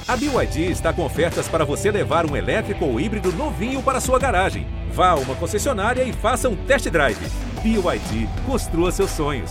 A BYD está com ofertas para você levar um elétrico ou híbrido novinho para sua garagem. Vá a uma concessionária e faça um test drive. BYD, construa seus sonhos.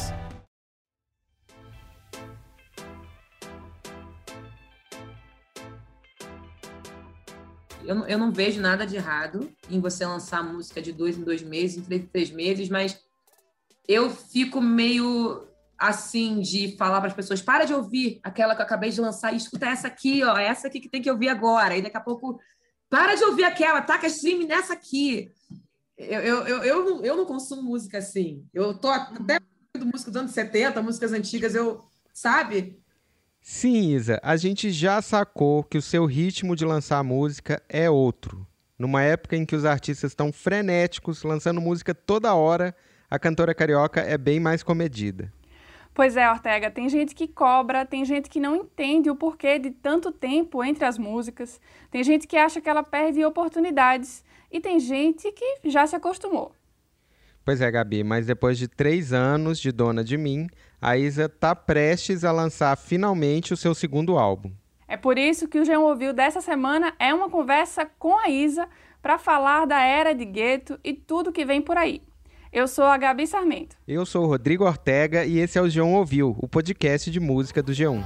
Eu não vejo nada de errado em você lançar música de 2 em 2 meses, em 3 meses, mas eu fico meio assim de falar para as pessoas: para de ouvir aquela que eu acabei de lançar e escuta essa aqui, ó, essa aqui que tem que ouvir agora. E daqui a pouco, para de ouvir aquela, taca stream nessa aqui. Eu não consumo música assim. Eu tô até ouvindo música dos anos 70, músicas antigas, sabe? Sim, Isa, a gente já sacou que o seu ritmo de lançar música é outro. Numa época em que os artistas estão frenéticos, lançando música toda hora, a cantora carioca é bem mais comedida. Pois é, Ortega, tem gente que cobra, tem gente que não entende o porquê de tanto tempo entre as músicas, tem gente que acha que ela perde oportunidades e tem gente que já se acostumou. Pois é, Gabi, mas depois de 3 anos de Dona de Mim, a Isa tá prestes a lançar finalmente o seu segundo álbum. É por isso que o G1 Ouviu dessa semana é uma conversa com a Isa para falar da era de Gueto e tudo que vem por aí. Eu sou a Gabi Sarmento. Eu sou o Rodrigo Ortega e esse é o G1 Ouviu, o podcast de música do G1.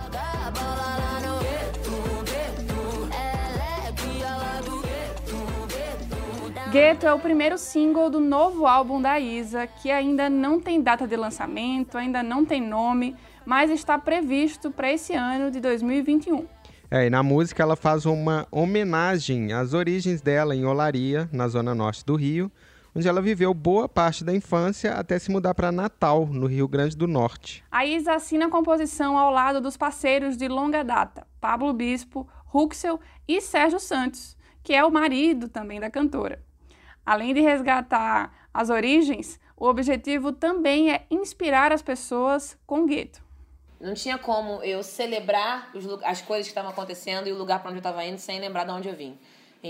Gueto é o primeiro single do novo álbum da Isa, que ainda não tem data de lançamento, ainda não tem nome, mas está previsto para esse ano de 2021. E na música ela faz uma homenagem às origens dela em Olaria, na zona norte do Rio, onde ela viveu boa parte da infância até se mudar para Natal, no Rio Grande do Norte. A Isa assina a composição ao lado dos parceiros de longa data, Pablo Bispo, Ruxel e Sérgio Santos, que é o marido também da cantora. Além de resgatar as origens, o objetivo também é inspirar as pessoas com Gueto. Não tinha como eu celebrar as coisas que estavam acontecendo e o lugar para onde eu estava indo sem lembrar de onde eu vim.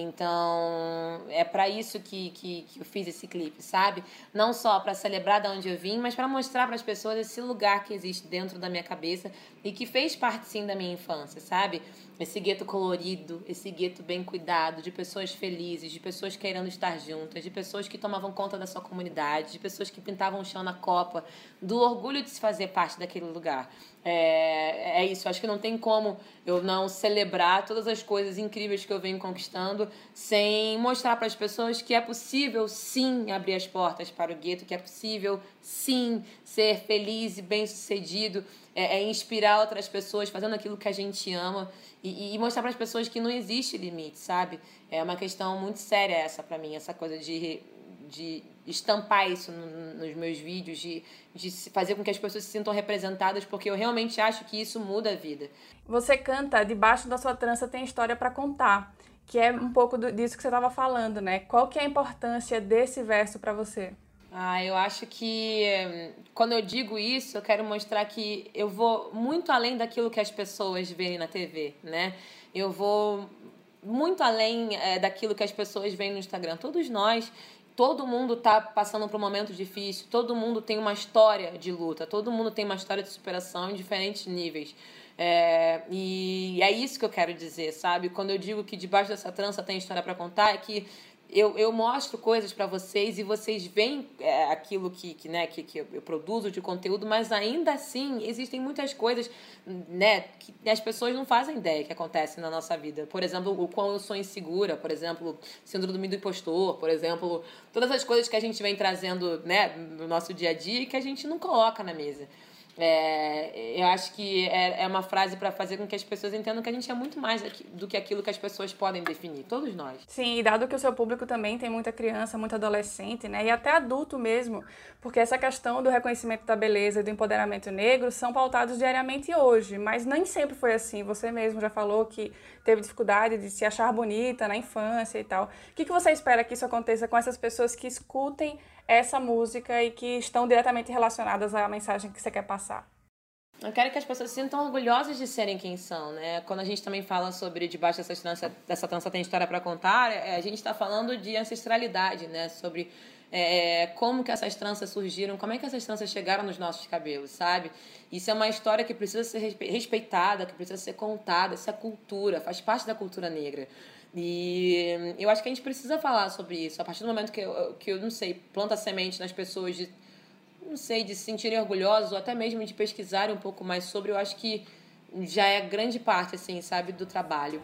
Então, é para isso que eu fiz esse clipe, sabe? Não só para celebrar de onde eu vim, mas para mostrar para as pessoas esse lugar que existe dentro da minha cabeça e que fez parte, sim, da minha infância, sabe? Esse gueto colorido, esse gueto bem cuidado, de pessoas felizes, de pessoas querendo estar juntas, de pessoas que tomavam conta da sua comunidade, de pessoas que pintavam o chão na copa, do orgulho de se fazer parte daquele lugar. É isso, acho que não tem como eu não celebrar todas as coisas incríveis que eu venho conquistando sem mostrar para as pessoas que é possível, sim, abrir as portas para o gueto, que é possível, sim, ser feliz e bem-sucedido, inspirar outras pessoas fazendo aquilo que a gente ama e mostrar para as pessoas que não existe limite, sabe? É uma questão muito séria essa para mim, essa coisa de estampar isso nos meus vídeos, de fazer com que as pessoas se sintam representadas, porque eu realmente acho que isso muda a vida. Você canta Debaixo da Sua Trança Tem História para Contar, que é um pouco disso que você estava falando, né? Qual que é a importância desse verso para você? Eu acho que quando eu digo isso, eu quero mostrar que eu vou muito além daquilo que as pessoas veem na TV, né? Eu vou muito além daquilo que as pessoas veem no Instagram. Todo mundo está passando por um momento difícil, todo mundo tem uma história de luta, todo mundo tem uma história de superação em diferentes níveis. E é isso que eu quero dizer, sabe? Quando eu digo que debaixo dessa trança tem história para contar, é que eu mostro coisas para vocês e vocês veem aquilo que eu produzo de conteúdo, mas ainda assim existem muitas coisas, né, que as pessoas não fazem ideia que acontecem na nossa vida. Por exemplo, o quão eu sou insegura, por exemplo, síndrome do impostor, por exemplo, todas as coisas que a gente vem trazendo, né, no nosso dia a dia e que a gente não coloca na mesa. Eu acho que é uma frase para fazer com que as pessoas entendam que a gente é muito mais do que aquilo que as pessoas podem definir, todos nós. Sim, e dado que o seu público também tem muita criança, muito adolescente, né, e até adulto mesmo, porque essa questão do reconhecimento da beleza e do empoderamento negro são pautados diariamente hoje, mas nem sempre foi assim. Você mesmo já falou que teve dificuldade de se achar bonita na infância e tal. O que você espera que isso aconteça com essas pessoas que escutem essa música e que estão diretamente relacionadas à mensagem que você quer passar? Eu quero que as pessoas se sintam orgulhosas de serem quem são, né? Quando a gente também fala sobre debaixo dessa trança tem história para contar, a gente está falando de ancestralidade, né? Sobre como que essas tranças surgiram, como é que essas tranças chegaram nos nossos cabelos, sabe? Isso é uma história que precisa ser respeitada, que precisa ser contada, isso é cultura, faz parte da cultura negra. E eu acho que a gente precisa falar sobre isso. A partir do momento que eu não sei, planta semente nas pessoas de se sentirem orgulhosos ou até mesmo de pesquisarem um pouco mais sobre, eu acho que já é grande parte, assim, sabe, do trabalho.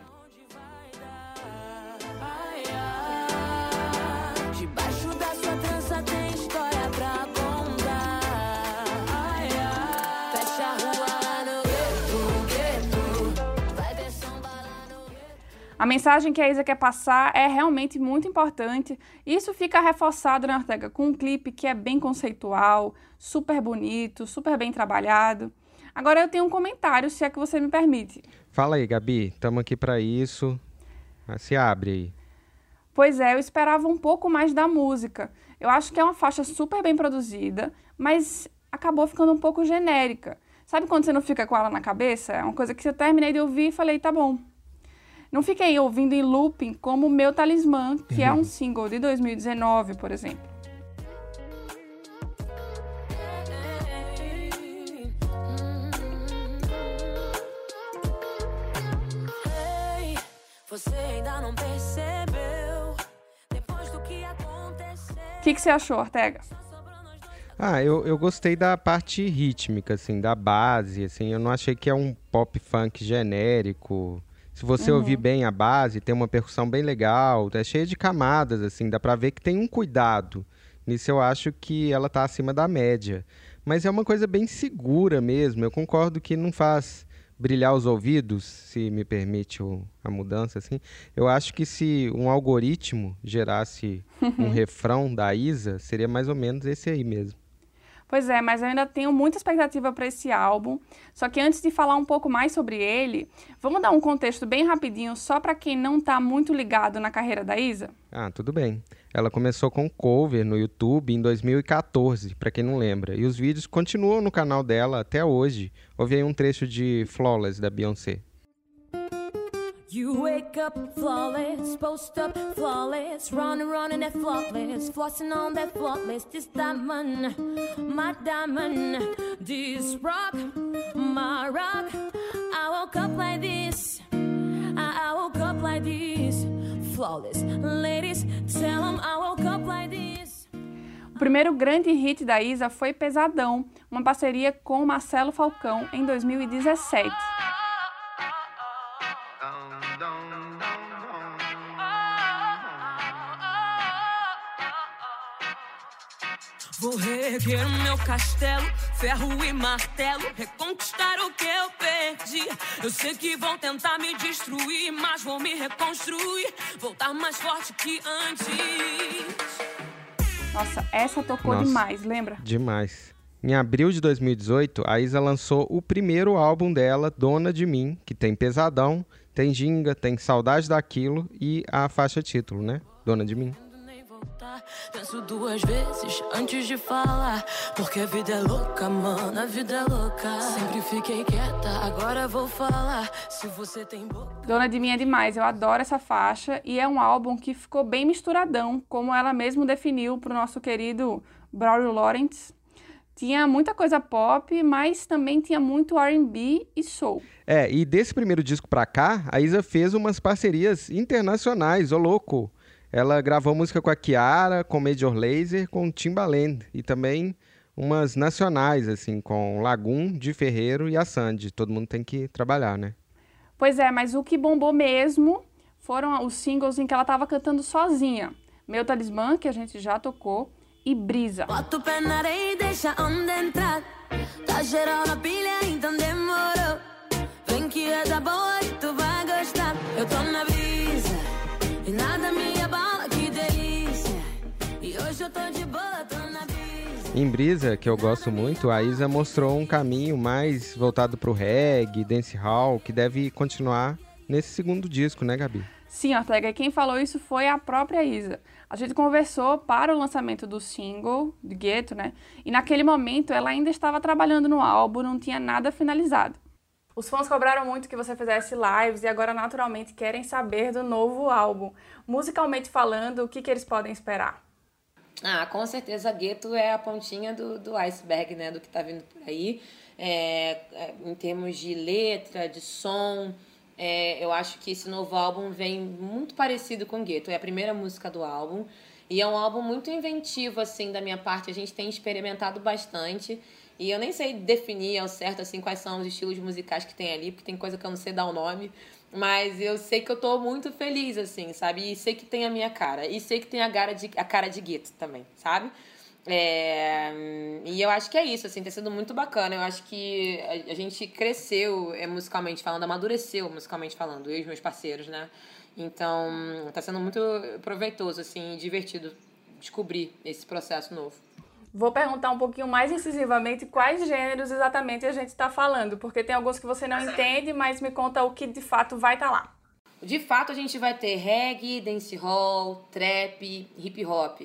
A mensagem que a Isa quer passar é realmente muito importante. Isso fica reforçado, né, Ortega, com um clipe que é bem conceitual, super bonito, super bem trabalhado. Agora eu tenho um comentário, se é que você me permite. Fala aí, Gabi. Estamos aqui para isso. Se abre aí. Pois é, eu esperava um pouco mais da música. Eu acho que é uma faixa super bem produzida, mas acabou ficando um pouco genérica. Sabe quando você não fica com ela na cabeça? É uma coisa que eu terminei de ouvir e falei, tá bom. Não fiquei ouvindo em looping como Meu Talismã, que é um single de 2019, por exemplo. Você ainda não percebeu depois do que aconteceu. O que você achou, Ortega? Eu gostei da parte rítmica, assim, da base, assim. Eu não achei que é um pop funk genérico. Se você ouvir bem a base, tem uma percussão bem legal, é cheia de camadas, assim, dá pra ver que tem um cuidado. Nisso eu acho que ela tá acima da média. Mas é uma coisa bem segura mesmo, eu concordo que não faz brilhar os ouvidos, se me permite a mudança, assim. Eu acho que se um algoritmo gerasse um refrão da Isa, seria mais ou menos esse aí mesmo. Pois é, mas eu ainda tenho muita expectativa para esse álbum. Só que antes de falar um pouco mais sobre ele, vamos dar um contexto bem rapidinho, só para quem não está muito ligado na carreira da Isa? Tudo bem. Ela começou com cover no YouTube em 2014, para quem não lembra. E os vídeos continuam no canal dela até hoje. Ouvi aí um trecho de Flawless, da Beyoncé. You wake up flawless, post up flawless, running that flawless, flossing on that flawless, this diamond, my diamond, this rock, my rock. I woke up like this, I woke up like this, flawless. Ladies, tell them I woke up like this. O primeiro grande hit da Isa foi Pesadão, uma parceria com Marcelo Falcão em 2017. Vou reerguer o meu castelo, ferro e martelo, reconquistar o que eu perdi. Eu sei que vão tentar me destruir, mas vou me reconstruir, voltar mais forte que antes. Nossa, essa tocou demais, lembra? Demais. Em abril de 2018, a Isa lançou o primeiro álbum dela, Dona de Mim, que tem Pesadão, tem Ginga, tem Saudade Daquilo e a faixa título, né? Dona de Mim. Penso duas vezes antes de falar, porque a vida é louca, mano, a vida é louca. Sempre fiquei quieta, agora vou falar. Se você tem boca. Dona de Mim é demais, eu adoro essa faixa e é um álbum que ficou bem misturadão, como ela mesmo definiu pro nosso querido Braulio Lawrence. Tinha muita coisa pop, mas também tinha muito R&B e soul. E desse primeiro disco pra cá, a Isa fez umas parcerias internacionais, ô louco. Ela gravou música com a Kiara, com Major Lazer, com Timbaland e também umas nacionais, assim, com Lagoon, Di Ferreiro e a Sandy. Todo mundo tem que trabalhar, né? Pois é, mas o que bombou mesmo foram os singles em que ela estava cantando sozinha. Meu Talismã, que a gente já tocou, e Brisa. Bota o pé na areia e deixa onda entrar. Tá geral na pilha, então demorou. Vem que é da boa e tu vai gostar. Eu tô na brisa e nada me abala, que delícia. E hoje eu tô de boa, tô na brisa. Em Brisa, que eu gosto muito, a Isa mostrou um caminho mais voltado pro reggae, dancehall, que deve continuar nesse segundo disco, né, Gabi? Sim, Ortega, e quem falou isso foi a própria Isa. A gente conversou para o lançamento do single, de Gueto, né? E naquele momento ela ainda estava trabalhando no álbum, não tinha nada finalizado. Os fãs cobraram muito que você fizesse lives e agora naturalmente querem saber do novo álbum. Musicalmente falando, o que eles podem esperar? Com certeza, Gueto é a pontinha do iceberg, né? Do que tá vindo por aí. Em termos de letra, de som, eu acho que esse novo álbum vem muito parecido com Gueto. É a primeira música do álbum. E é um álbum muito inventivo, assim, da minha parte. A gente tem experimentado bastante. E eu nem sei definir ao certo, assim, quais são os estilos musicais que tem ali, porque tem coisa que eu não sei dar o nome. Mas eu sei que eu tô muito feliz, assim, sabe? E sei que tem a minha cara. E sei que tem a cara de Gueto também, sabe? E eu acho que é isso, assim, tem sido muito bacana. Eu acho que a gente cresceu musicalmente falando, amadureceu musicalmente falando, eu e os meus parceiros, né? Então, tá sendo muito proveitoso, assim, divertido descobrir esse processo novo. Vou perguntar um pouquinho mais incisivamente quais gêneros exatamente a gente está falando, porque tem alguns que você não entende, mas me conta o que de fato vai estar lá. De fato, a gente vai ter reggae, dancehall, trap, hip hop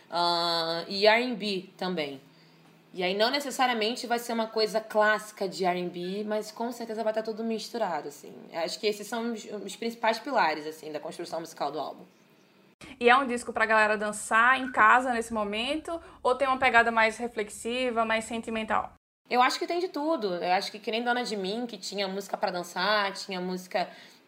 e R&B também. E aí não necessariamente vai ser uma coisa clássica de R&B, mas com certeza vai estar tudo misturado, assim. Acho que esses são os principais pilares, assim, da construção musical do álbum. E é um disco pra galera dançar em casa nesse momento? Ou tem uma pegada mais reflexiva, mais sentimental? Eu acho que tem de tudo. Eu acho que nem Dona de Mim, que tinha música pra dançar, tinha música,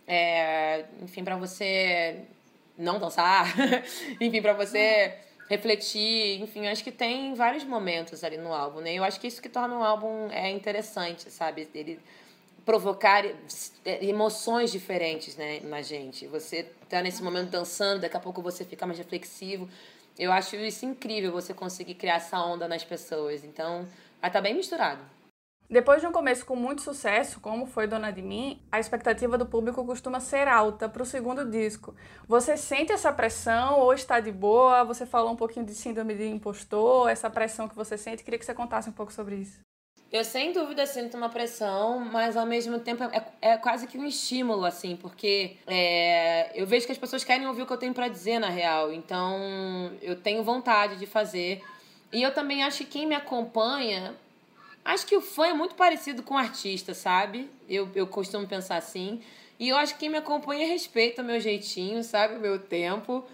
enfim, pra você não dançar, enfim, pra você refletir, enfim, eu acho que tem vários momentos ali no álbum, né? Eu acho que isso que torna o álbum interessante, sabe? Ele provocar emoções diferentes, né, na gente. Você tá nesse momento dançando, daqui a pouco você fica mais reflexivo. Eu acho isso incrível, você conseguir criar essa onda nas pessoas. Então, vai estar bem misturado. Depois de um começo com muito sucesso, como foi Dona de Mim, a expectativa do público costuma ser alta para o segundo disco. Você sente essa pressão ou está de boa? Você falou um pouquinho de síndrome de impostor, essa pressão que você sente. Queria que você contasse um pouco sobre isso. Eu, sem dúvida, sinto uma pressão, mas, ao mesmo tempo, é quase que um estímulo, assim, porque eu vejo que as pessoas querem ouvir o que eu tenho pra dizer, na real. Então, eu tenho vontade de fazer. E eu também acho que quem me acompanha... Acho que o fã é muito parecido com o artista, sabe? Eu costumo pensar assim. E eu acho que quem me acompanha respeita o meu jeitinho, sabe? O meu tempo.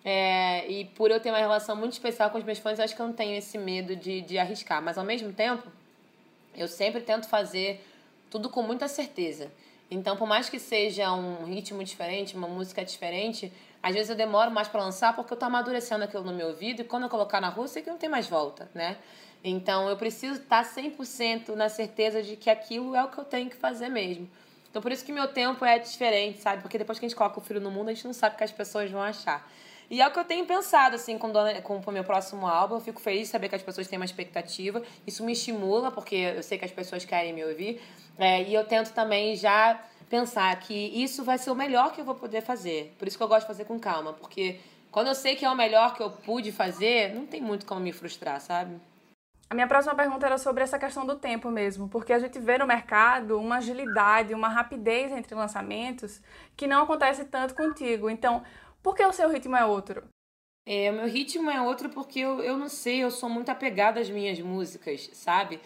E por eu ter uma relação muito especial com os meus fãs, eu acho que eu não tenho esse medo de arriscar. Mas, ao mesmo tempo... eu sempre tento fazer tudo com muita certeza. Então, por mais que seja um ritmo diferente, uma música diferente, às vezes eu demoro mais para lançar porque eu tô amadurecendo aquilo no meu ouvido e quando eu colocar na rua, sei que não tem mais volta, né? Então, eu preciso estar 100% na certeza de que aquilo é o que eu tenho que fazer mesmo. Então, por isso que meu tempo é diferente, sabe? Porque depois que a gente coloca o filho no mundo, a gente não sabe o que as pessoas vão achar. E é o que eu tenho pensado, assim, com o meu próximo álbum. Eu fico feliz de saber que as pessoas têm uma expectativa. Isso me estimula, porque eu sei que as pessoas querem me ouvir. E eu tento também já pensar que isso vai ser o melhor que eu vou poder fazer. Por isso que eu gosto de fazer com calma. Porque quando eu sei que é o melhor que eu pude fazer, não tem muito como me frustrar, sabe? A minha próxima pergunta era sobre essa questão do tempo mesmo, porque a gente vê no mercado uma agilidade, uma rapidez entre lançamentos que não acontece tanto contigo. Então, por que o seu ritmo é outro? O meu ritmo é outro porque eu não sei, eu sou muito apegada às minhas músicas, sabe?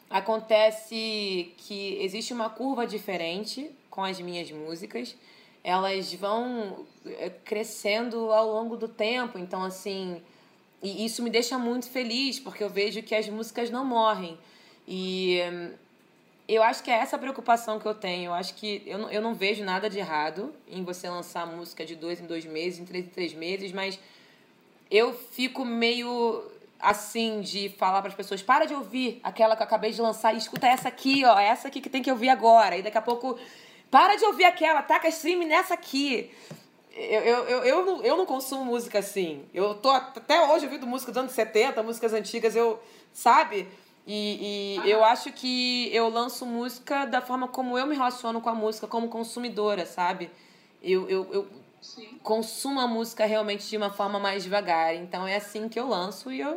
Acontece que existe uma curva diferente com as minhas músicas. Elas vão crescendo ao longo do tempo, então, assim... E isso me deixa muito feliz, porque eu vejo que as músicas não morrem. E eu acho que é essa preocupação que eu tenho. Eu acho que eu não vejo nada de errado em você lançar música de 2 em 2 meses, em 3 em 3 meses, mas eu fico meio assim de falar para as pessoas: para de ouvir aquela que eu acabei de lançar e escuta essa aqui, ó, essa aqui que tem que ouvir agora. E daqui a pouco, para de ouvir aquela, taca stream nessa aqui. Eu não consumo música assim. Eu tô até hoje ouvindo música dos anos 70, músicas antigas, sabe? E eu acho que eu lanço música da forma como eu me relaciono com a música, como consumidora, sabe? Eu consumo a música realmente de uma forma mais devagar. Então é assim que eu lanço e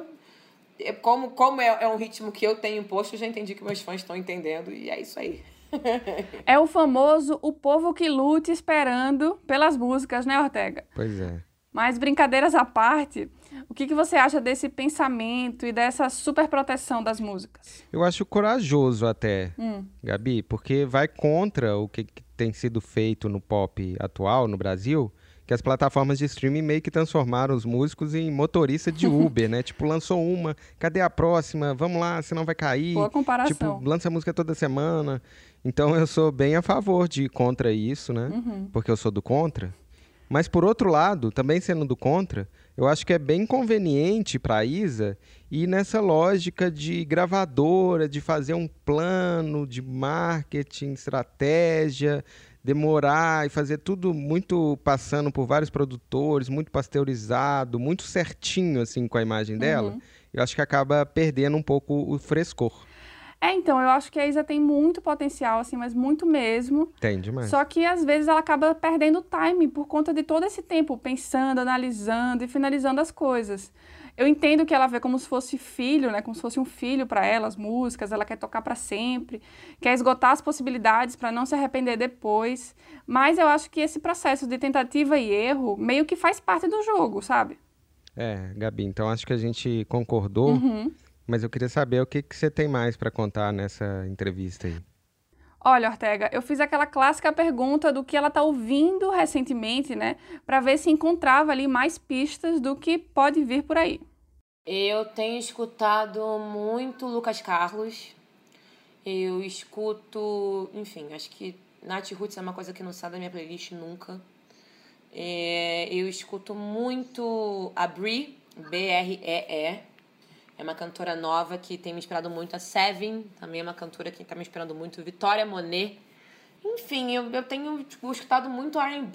como é um ritmo que eu tenho imposto, eu já entendi que meus fãs estão entendendo e é isso aí. É o famoso o povo que lute esperando pelas músicas, né, Ortega? Pois é. Mas, brincadeiras à parte, o que você acha desse pensamento e dessa super proteção das músicas? Eu acho corajoso até, Gabi, porque vai contra o que tem sido feito no pop atual, no Brasil, que as plataformas de streaming meio que transformaram os músicos em motorista de Uber, né? Tipo, lançou uma, cadê a próxima? Vamos lá, senão vai cair. Boa comparação. Tipo, lança música toda semana. Então eu sou bem a favor de ir contra isso, né? Porque eu sou do contra. Mas, por outro lado, também sendo do contra, eu acho que é bem conveniente para a Isa ir nessa lógica de gravadora, de fazer um plano de marketing, estratégia, demorar e fazer tudo muito passando por vários produtores, muito pasteurizado, muito certinho assim com a imagem dela. Eu acho que acaba perdendo um pouco o frescor. Então, eu acho que a Isa tem muito potencial, assim, mas muito mesmo. Tem demais. Só que, às vezes, ela acaba perdendo o time por conta de todo esse tempo pensando, analisando e finalizando as coisas. Eu entendo que ela vê como se fosse filho, né? Como se fosse um filho para ela, as músicas, ela quer tocar para sempre, quer esgotar as possibilidades para não se arrepender depois. Mas eu acho que esse processo de tentativa e erro meio que faz parte do jogo, sabe? Gabi, então acho que a gente concordou. Mas eu queria saber o que você tem mais para contar nessa entrevista aí. Olha, Ortega, eu fiz aquela clássica pergunta do que ela está ouvindo recentemente, né? Para ver se encontrava ali mais pistas do que pode vir por aí. Eu tenho escutado muito Lucas Carlos. Eu escuto, enfim, acho que Nath Roots é uma coisa que não sai da minha playlist nunca. Eu escuto muito a Bree, B-R-E-E. É uma cantora nova que tem me inspirado muito. A Seven também é uma cantora que está me inspirando muito. Vitória Monet. Enfim, eu tenho escutado muito R&B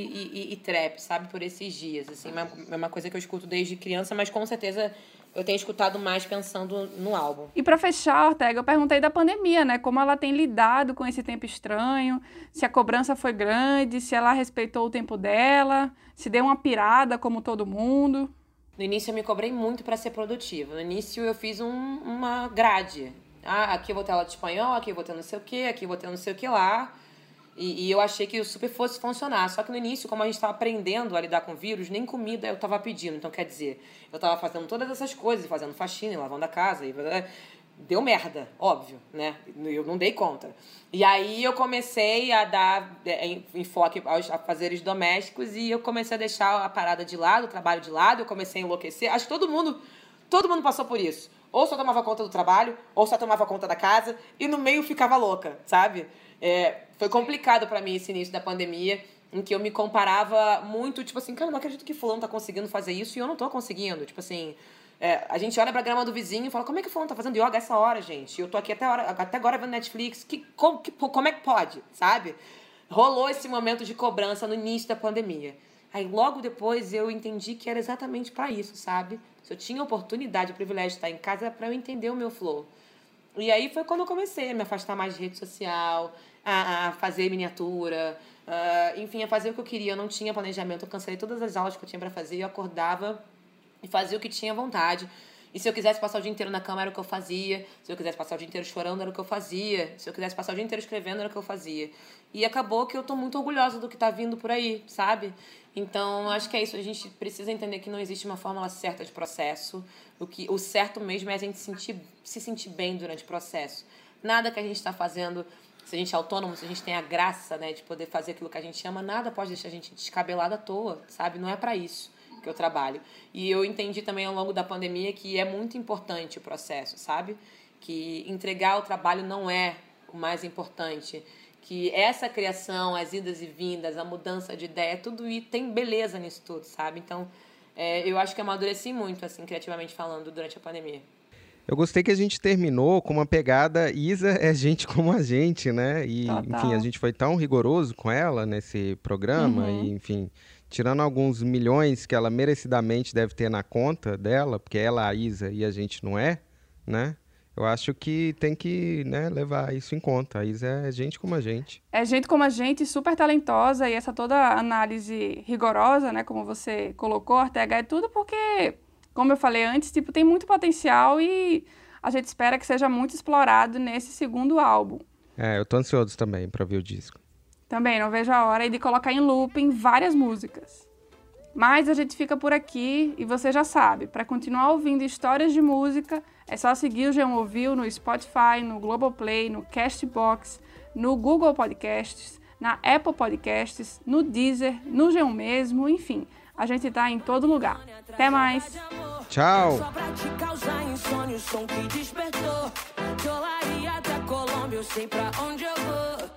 e trap, sabe? Por esses dias. Assim, é uma coisa que eu escuto desde criança, mas com certeza eu tenho escutado mais pensando no álbum. E para fechar, Ortega, eu perguntei da pandemia, né? Como ela tem lidado com esse tempo estranho, se a cobrança foi grande, se ela respeitou o tempo dela, se deu uma pirada como todo mundo. No início eu me cobrei muito para ser produtiva. No início eu fiz uma grade. Aqui eu vou ter aula de espanhol, aqui eu vou ter não sei o quê, aqui eu vou ter não sei o que lá. E eu achei que isso super fosse funcionar. Só que no início, como a gente estava aprendendo a lidar com vírus, nem comida eu estava pedindo. Então, quer dizer, eu estava fazendo todas essas coisas, fazendo faxina, lavando a casa. Deu merda, óbvio, né? Eu não dei conta. E aí eu comecei a dar enfoque aos afazeres domésticos e eu comecei a deixar a parada de lado, o trabalho de lado, eu comecei a enlouquecer. Acho que todo mundo passou por isso. Ou só tomava conta do trabalho, ou só tomava conta da casa, e no meio ficava louca, sabe? Foi complicado pra mim esse início da pandemia, em que eu me comparava muito, tipo assim, cara, não acredito que fulano tá conseguindo fazer isso e eu não tô conseguindo. Tipo assim, a gente olha pra grama do vizinho e fala, como é que fulano tá fazendo yoga essa hora, gente? Eu tô aqui até agora vendo Netflix, como é que pode, sabe? Rolou esse momento de cobrança no início da pandemia. Aí logo depois eu entendi que era exatamente pra isso, sabe? Se eu tinha oportunidade, o privilégio de estar em casa, era pra eu entender o meu flow. E aí foi quando eu comecei a me afastar mais de rede social, a fazer miniatura, enfim, a fazer o que eu queria. Eu não tinha planejamento, eu cancelei todas as aulas que eu tinha pra fazer, eu acordava e fazia o que tinha vontade. E se eu quisesse passar o dia inteiro na cama, era o que eu fazia. Se eu quisesse passar o dia inteiro chorando, era o que eu fazia. Se eu quisesse passar o dia inteiro escrevendo, era o que eu fazia. E acabou que eu tô muito orgulhosa do que tá vindo por aí, sabe? Então, acho que é isso. A gente precisa entender que não existe uma fórmula certa de processo. O certo mesmo é a gente se sentir bem durante o processo. Nada que a gente está fazendo, se a gente é autônomo, se a gente tem a graça, né, de poder fazer aquilo que a gente ama, nada pode deixar a gente descabelado à toa, sabe? Não é para isso que eu trabalho. E eu entendi também ao longo da pandemia que é muito importante o processo, sabe? Que entregar o trabalho não é o mais importante. Que essa criação, as idas e vindas, a mudança de ideia, tudo isso tem beleza nisso tudo, sabe? Então, eu acho que amadureci muito, assim, criativamente falando, durante a pandemia. Eu gostei que a gente terminou com uma pegada Isa é gente como a gente, né? E, enfim, a gente foi tão rigoroso com ela nesse programa e, enfim, tirando alguns milhões que ela merecidamente deve ter na conta dela, porque ela, a Isa, e a gente não é, né? Eu acho que tem que, né, levar isso em conta. A Isa é gente como a gente. É gente como a gente, super talentosa, e essa toda análise rigorosa, né, como você colocou, Ortega, é tudo porque, como eu falei antes, tipo, tem muito potencial e a gente espera que seja muito explorado nesse segundo álbum. Eu tô ansioso também pra ouvir o disco. Também, não vejo a hora de colocar em looping várias músicas. Mas a gente fica por aqui e você já sabe, para continuar ouvindo histórias de música, é só seguir o G1 Ouviu no Spotify, no Globoplay, no Castbox, no Google Podcasts, na Apple Podcasts, no Deezer, no G1 mesmo, enfim, a gente tá em todo lugar. Até mais! Tchau! Só pra te causar insônia, o som que despertou. Tô lá e até Colômbia, eu sei pra onde eu vou.